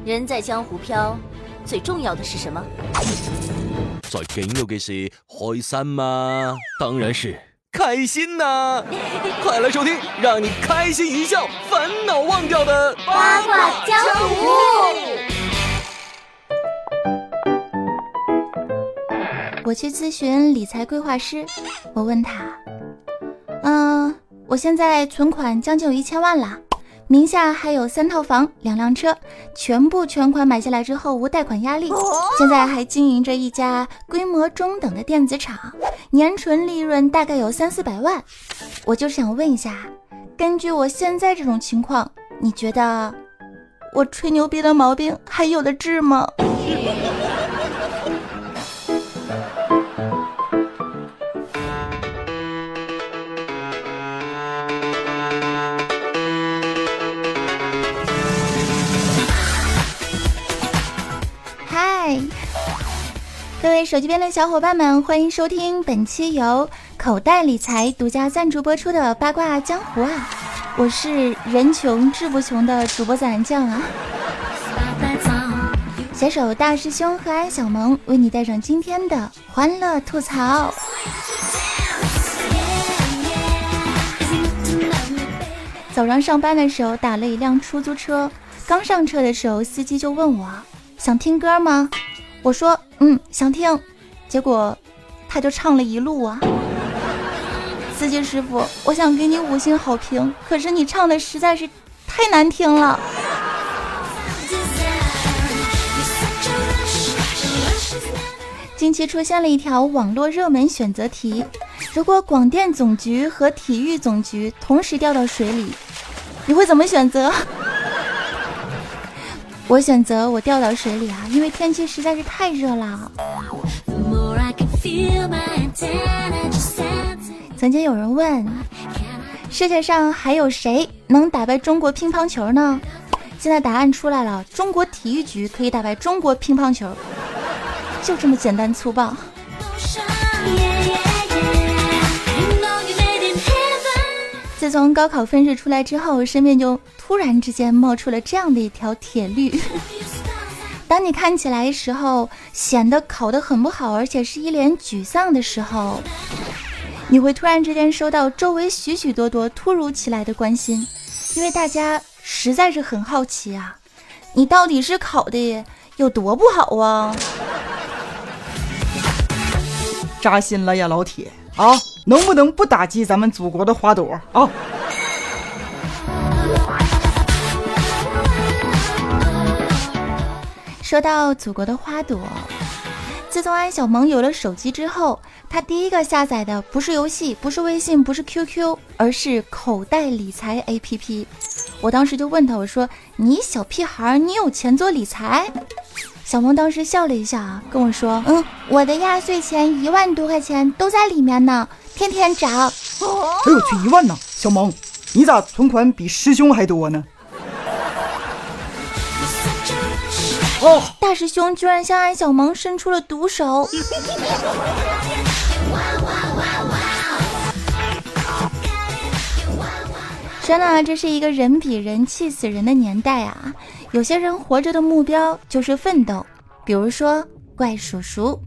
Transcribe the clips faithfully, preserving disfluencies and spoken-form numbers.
人在江湖飘，最重要的是什么？ 最緊要嘅是開心嗎？當然是開心啊！快來收聽，讓你開心一笑，煩惱忘掉的八卦江湖。 我去諮詢理財規劃師，我問他，嗯、呃，我現在存款將近有一千萬了，名下還有三套房、兩輛車，全部全款買下來之後無貸款壓力，現在還經營着一家規模中等的電子廠，年純利潤大概有三四百萬。我就想問一下，根據我現在這種情況，你覺得我吹牛逼的毛病還有得治嗎？各位手机边的小伙伴们，欢迎收听本期由口袋理财独家赞助播出的八卦江湖啊！我是人穷志不穷的主播赞酱啊！携手大师兄和安小萌为你带上今天的欢乐吐槽。早上上班的时候打了一辆出租车，刚上车的时候司机就问我想听歌吗？我说嗯想听，结果他就唱了一路啊。司机师傅，我想给你五星好评，可是你唱的实在是太难听了。近期出现了一条网络热门选择题，如果广电总局和体育总局同时掉到水里，你会怎么选择？我选择我掉到水里啊，因为天气实在是太热了。曾经有人问，世界上还有谁能打败中国乒乓球呢？现在答案出来了，中国体育局可以打败中国乒乓球，就这么简单粗暴。自从高考分数出来之后，身边就突然之间冒出了这样的一条铁律，当你看起来时候显得考得很不好，而且是一脸沮丧的时候，你会突然之间收到周围许许多多突如其来的关心，因为大家实在是很好奇啊，你到底是考的有多不好啊？ 扎心了呀，老铁啊！能不能不打击咱们祖国的花朵啊？ 说到祖国的花朵，自从安小萌有了手机之后，他第一个下载的不是游戏，不是微信，不是 Q Q， 而是口袋理财 A P P。 我当时就问他，我说你小屁孩，你有钱做理财？小萌当时笑了一下啊，跟我说嗯，我的压岁钱一万多块钱都在里面呢，天天涨。哎呦去，一万呢！小萌，你咋存款比师兄还多呢？ 哦，大师兄居然向安小萌伸出了毒手。说呢，这是一个人比人气死人的年代啊！有些人活着的目标就是奋斗，比如说怪叔叔。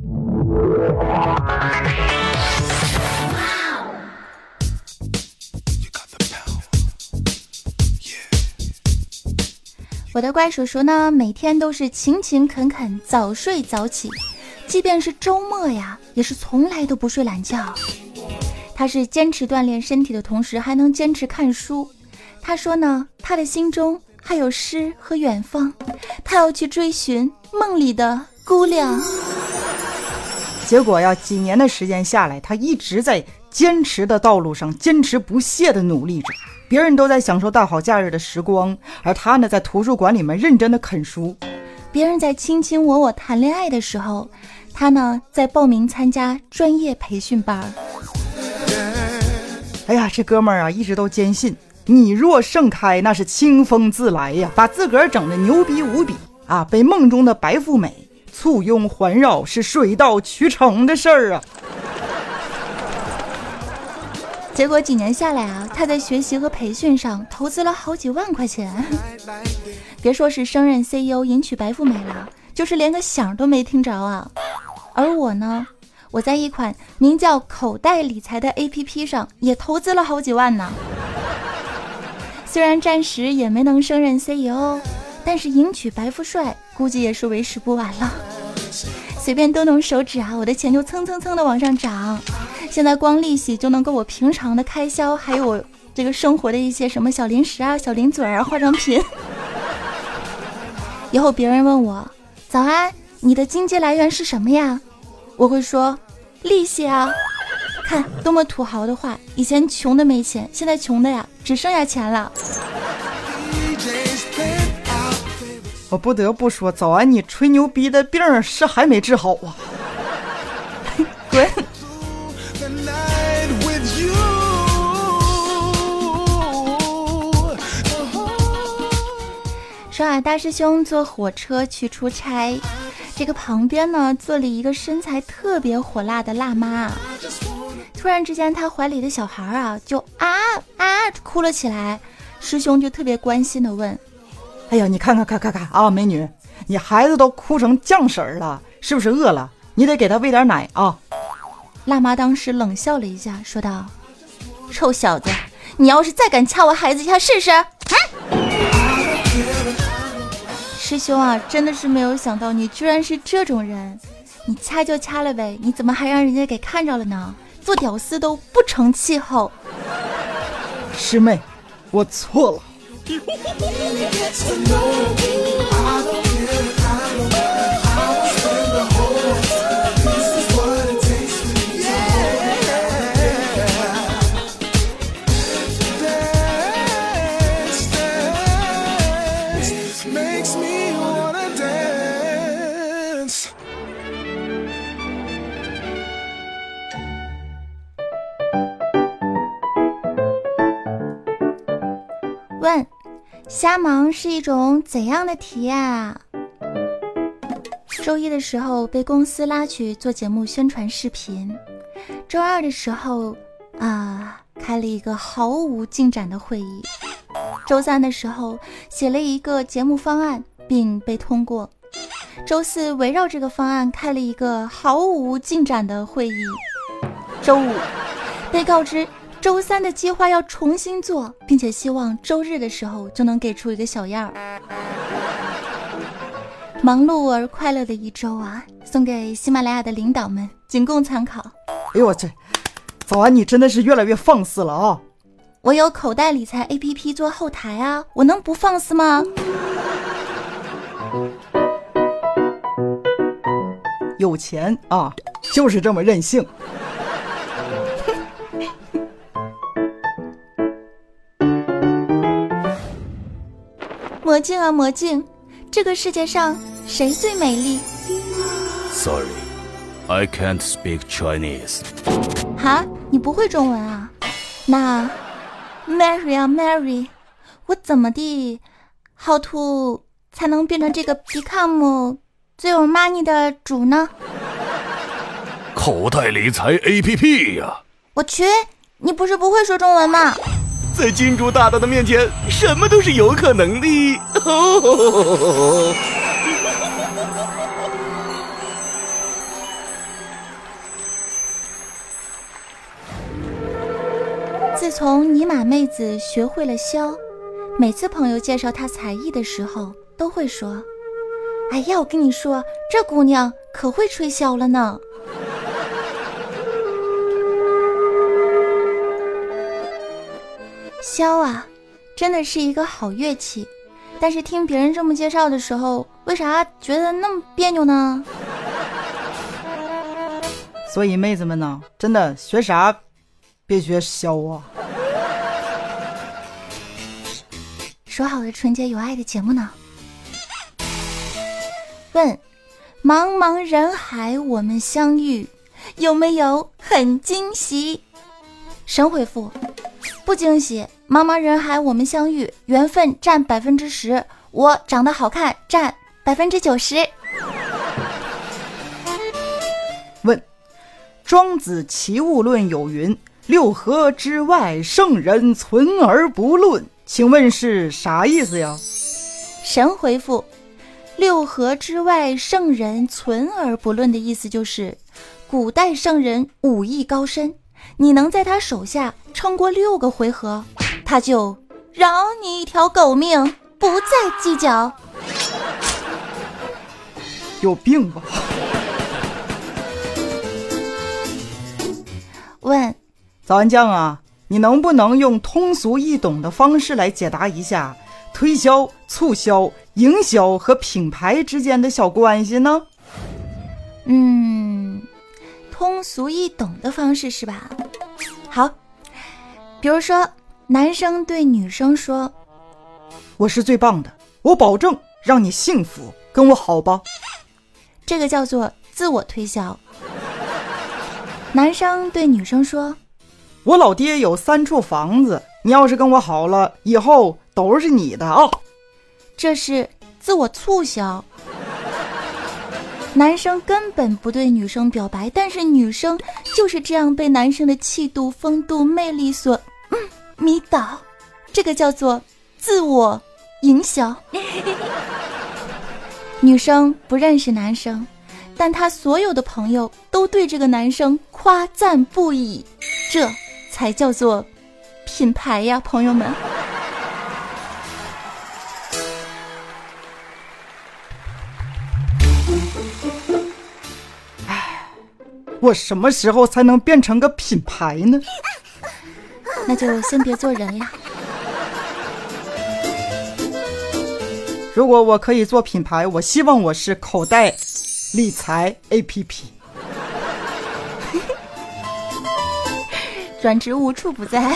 我的怪叔叔呢，每天都是勤勤恳恳，早睡早起，即便是周末呀，也是从来都不睡懒觉。他是坚持锻炼身体的同时，还能坚持看书。他说呢，他的心中还有诗和远方，他要去追寻梦里的姑娘。 结果呀，几年的时间下来，他一直在坚持的道路上坚持不懈的努力着。别人都在享受大好假日的时光，而他呢，在图书馆里面认真的啃书。 别人在卿卿我我谈恋爱的时候，他呢，在报名参加专业培训班。 哎呀，这哥们儿啊，一直都坚信你若盛开，那是清风自来呀，把自个儿整的牛逼无比啊！被梦中的白富美簇拥环绕，是水到渠成的事儿啊！ 结果几年下来啊，他在学习和培训上投资了好几万块钱。别说是升任 C E O 迎娶白富美了，就是连个响都没听着啊。而我呢，我在一款名叫口袋理财的 A P P 上也投资了好几万呢。虽然暂时也没能升任 C E O， 但是迎娶白富帅估计也是为时不晚了。随便动动手指啊，我的钱就蹭蹭蹭的往上涨。现在光利息就能够我平常的开销，还有我这个生活的一些什么小零食啊、小零嘴啊、化妆品。以后别人问我，早安，你的经济来源是什么呀？我会说利息啊。看多么土豪的话，以前穷的没钱，现在穷的呀只剩下钱了。 我不得不说，早安，你吹牛逼的病是还没治好啊。滚。 说啊，大师兄坐火车去出差，这个旁边呢坐了一个身材特别火辣的辣妈。突然之间，他怀里的小孩啊就啊啊哭了起来，师兄就特别关心的问：“ 哎呀，你看看看看看啊，美女，你孩子都哭成酱色了，是不是饿了？你得给他喂点奶啊。” 辣妈当时冷笑了一下，说道：“臭小子，你要是再敢掐我孩子一下试试！”嗯师兄啊，真的是没有想到你居然是这种人，你掐就掐了呗，你怎么还让人家给看着了呢？做屌丝都不成气候。 师妹，我错了。 问：瞎忙是一种怎样的体验啊？周一的时候被公司拉去做节目宣传视频，周二的时候啊开了一个毫无进展的会议，周三的时候写了一个节目方案并被通过，周四围绕这个方案开了一个毫无进展的会议，周五被告知周三的计划要重新做，并且希望周日的时候就能给出一个小样儿。忙碌而快乐的一周啊，送给喜马拉雅的领导们，仅供参考。 哎呦我这，早安，你真的是越来越放肆了啊！ 我有口袋理财 A P P 做后台啊，我能不放肆吗？ 有钱啊，就是这么任性。 魔镜啊魔镜，这个世界上谁最美丽？ Sorry, I can't speak Chinese. 哈，你不会中文啊？那 Mary 啊 Mary， 我怎么地 How to 才能变成这个 become 最有 money 的主呢？ 口袋理财 A P P 呀、啊！ 我去，你不是不会说中文吗？ 在金主大大的面前，什么都是有可能的。 自从尼玛妹子学会了箫，每次朋友介绍她才艺的时候，都会说：“哎呀，我跟你说，这姑娘可会吹箫了呢。”箫啊，真的是一个好乐器，但是听别人这么介绍的时候，为啥觉得那么别扭呢？ 所以妹子们呢，真的学啥别学箫啊！ 说好的纯洁有爱的节目呢？问：茫茫人海我们相遇，有没有很惊喜？神回复：不惊喜。茫茫人海我们相遇，缘分占百分之十，我长得好看占百分之九十。 问：庄子齐物论有云， 六合之外，圣人存而不论，请问是啥意思呀？ 神回复，六合之外，圣人存而不论的意思就是，古代圣人武艺高深，你能在他手下撑过六个回合，他就饶你一条狗命，不再计较。 有病吧？ 问， 早安酱啊，你能不能用通俗易懂的方式来解答一下推销、促销、营销和品牌之间的小关系呢？ 嗯，通俗易懂的方式是吧？好，比如说男生对女生说， 我是最棒的，我保证让你幸福，跟我好吧。 这个叫做自我推销。男生对女生说， 我老爹有三处房子，你要是跟我好了，以后都是你的啊。 这是自我促销。男生根本不对女生表白，但是女生就是这样被男生的气度、风度、魅力所嗯迷倒，这个叫做自我营销。女生不认识男生，但她所有的朋友都对这个男生夸赞不已，这才叫做品牌呀，朋友们。 我什么时候才能变成个品牌呢？ 那就先别做人了。 如果我可以做品牌，我希望我是口袋理财 A P P。 转职无处不在。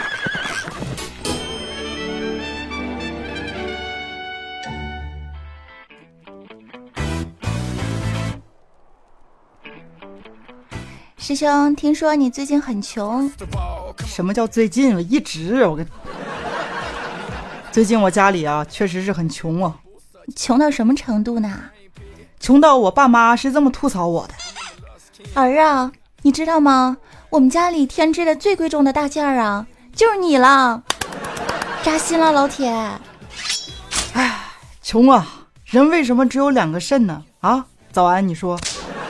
师兄，听说你最近很穷。 什么叫最近？我一直我跟最近我家里啊确实是很穷啊。 穷到什么程度呢？ 穷到我爸妈是这么吐槽我的。 儿啊，你知道吗？我们家里添置的最贵重的大件儿啊，就是你了。扎心了，老铁。 唉，穷啊，人为什么只有两个肾呢？啊，早安，你说。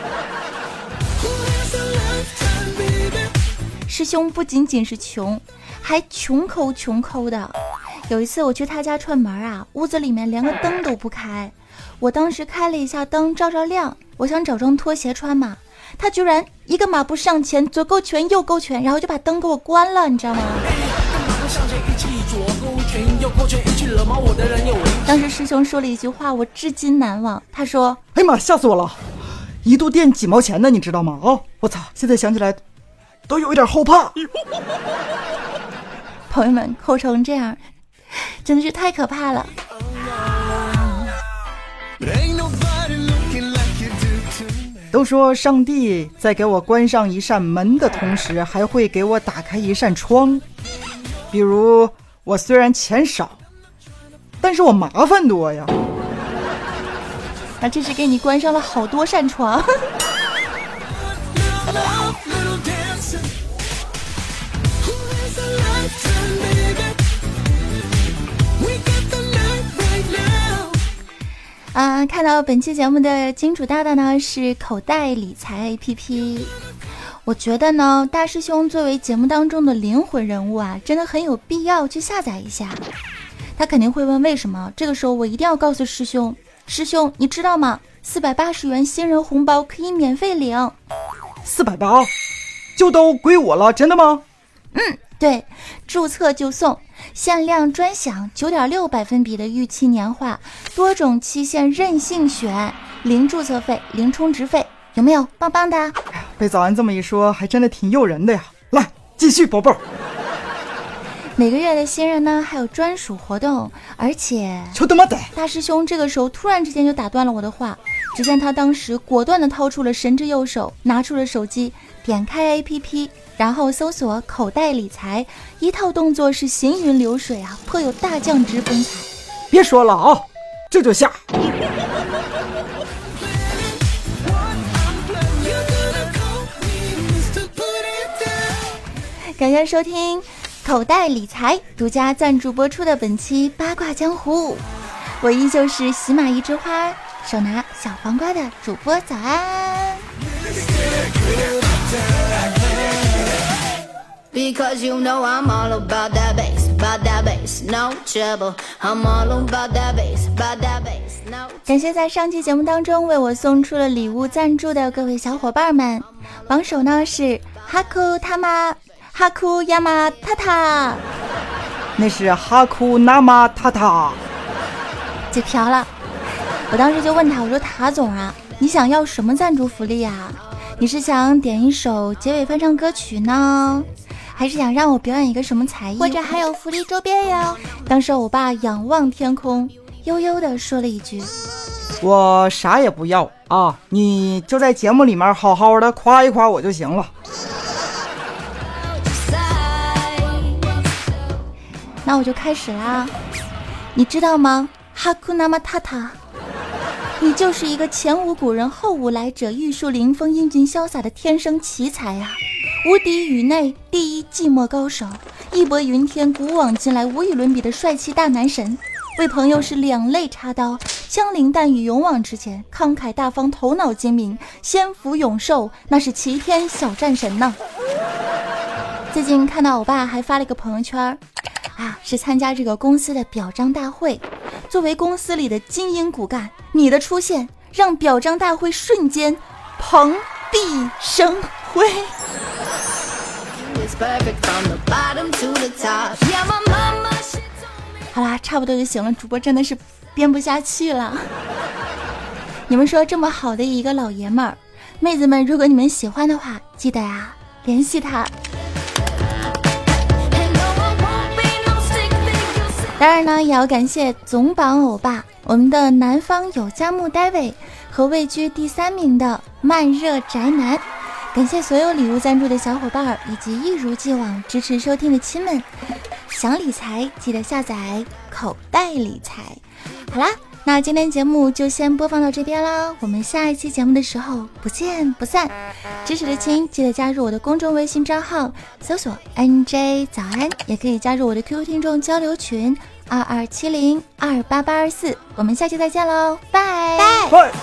师兄不仅仅是穷，还穷抠穷抠的。有一次我去他家串门啊，屋子里面连个灯都不开，我当时开了一下灯照照亮，我想找双拖鞋穿嘛，他居然一个马步上前，左勾拳右勾拳，然后就把灯给我关了，你知道吗？当时师兄说了一句话我至今难忘，他说， 哎呀妈，吓死我了，一度电几毛钱呢，你知道吗？哦，我操，现在想起来都有一点后怕。 朋友们，抠成这样真的是太可怕了。 都说上帝在给我关上一扇门的同时，还会给我打开一扇窗。比如我虽然钱少，但是我麻烦多呀。 那这是给你关上了好多扇窗。啊，看到本期节目的金主搭档呢是口袋理财 A P P。 我觉得呢，大师兄作为节目当中的灵魂人物啊，真的很有必要去下载一下。他肯定会问为什么，这个时候我一定要告诉师兄，师兄你知道吗？四百八十元新人红包可以免费领。 四百八就都归我了，真的吗？ 嗯，对，注册就送，限量专享 九点六 百分比的逾期年化，多种期限任性选，零注册费，零充值费，有没有棒棒的？ 被早安这么一说，还真的挺诱人的呀。来，继续宝贝儿。 每个月的新人呢还有专属活动，而且就他妈的大师兄这个时候突然之间就打断了我的话，只见他当时果断地掏出了神之右手，拿出了手机，点开 A P P， 然后搜索口袋理财，一套动作是行云流水啊，颇有大将之风采。 别说了啊，这就下。 感谢收听口袋理财独家赞助播出的本期八卦江湖，我依旧是喜马一枝花手拿小黄瓜的主播早安。 Because you know I'm all about that bass, about that bass, no trouble. I'm all about that bass, about that bass, no. 感谢在上期节目当中为我送出了礼物赞助的各位小伙伴们，榜首呢是哈库他妈哈库亚马塔塔， 那是哈库纳玛塔塔， 嘴瓢了。我当时就问他，我说塔总啊，你想要什么赞助福利啊？你是想点一首结尾翻唱歌曲呢，还是想让我表演一个什么才艺，或者还有福利周边哟？当时我爸仰望天空，悠悠地说了一句： 我啥也不要啊，你就在节目里面好好的夸一夸我就行了。 那我就开始啦。你知道吗？哈库纳玛塔塔，你就是一个前无古人后无来者，玉树临风英俊潇洒的天生奇才啊，无敌宇内第一寂寞高手，义薄云天古往今来无与伦比的帅气大男神，为朋友是两肋插刀，枪林弹雨勇往直前，慷慨大方头脑精明，先福永寿，那是齐天小战神呢。最近看到我爸还发了一个朋友圈啊，是参加这个公司的表彰大会，作为公司里的精英骨干，你的出现让表彰大会瞬间蓬荜生辉。好啦，差不多就行了，主播真的是编不下去了。你们说这么好的一个老爷们儿，妹子们如果你们喜欢的话，记得啊联系他。当然呢，也要感谢总榜欧巴，我们的南方有佳木 David 和位居第三名的慢热宅男。感谢所有礼物赞助的小伙伴以及一如既往支持收听的亲们。想理财记得下载口袋理财。好啦，那今天节目就先播放到这边啦，我们下一期节目的时候不见不散。支持的亲记得加入我的公众微信账号，搜索 N J 早安，也可以加入我的 Q Q 听众交流群二二七零二八八二四。我们下期再见喽，拜拜拜。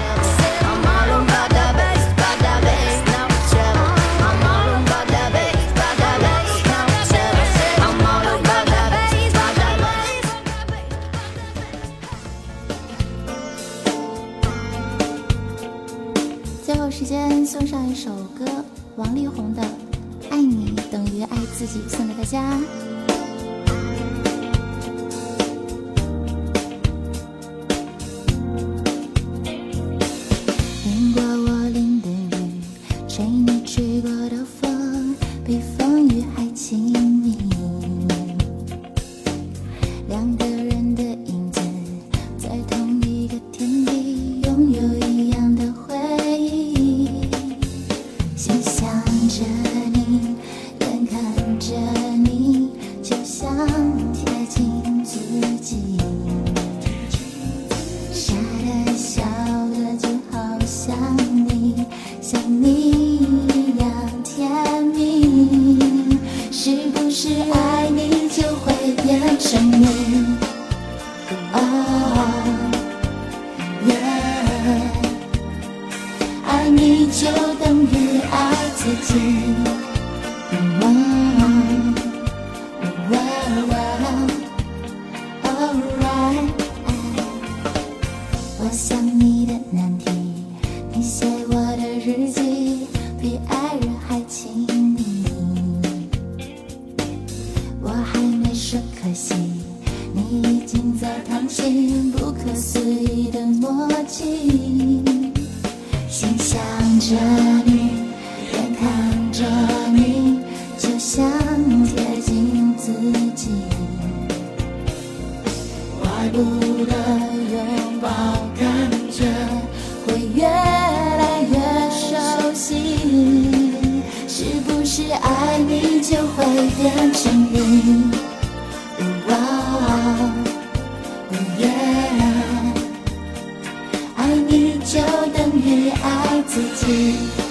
最后时间送上一首歌，王力宏的《爱你等于爱自己》，送给大家。淋过我淋的雨，吹你吹过的风，比风雨还亲密。两个人的影子，在同一个天地，拥有一样的回忆。心想着你，眼看着你，就像贴近自己。傻的笑的就好像你，像你一样甜蜜。是不是爱你就会变成你？哦，耶，爱你就等于爱自己。我想你的难题，你写我的日记，比爱人还亲密。我还没说可惜，你已经在淌心，不可思议的默契。心想着你，眼看着你，就像贴近自己。怪不得拥抱感觉会越来越熟悉。是不是爱你就会变成你？哦，耶，爱你就等于爱自己。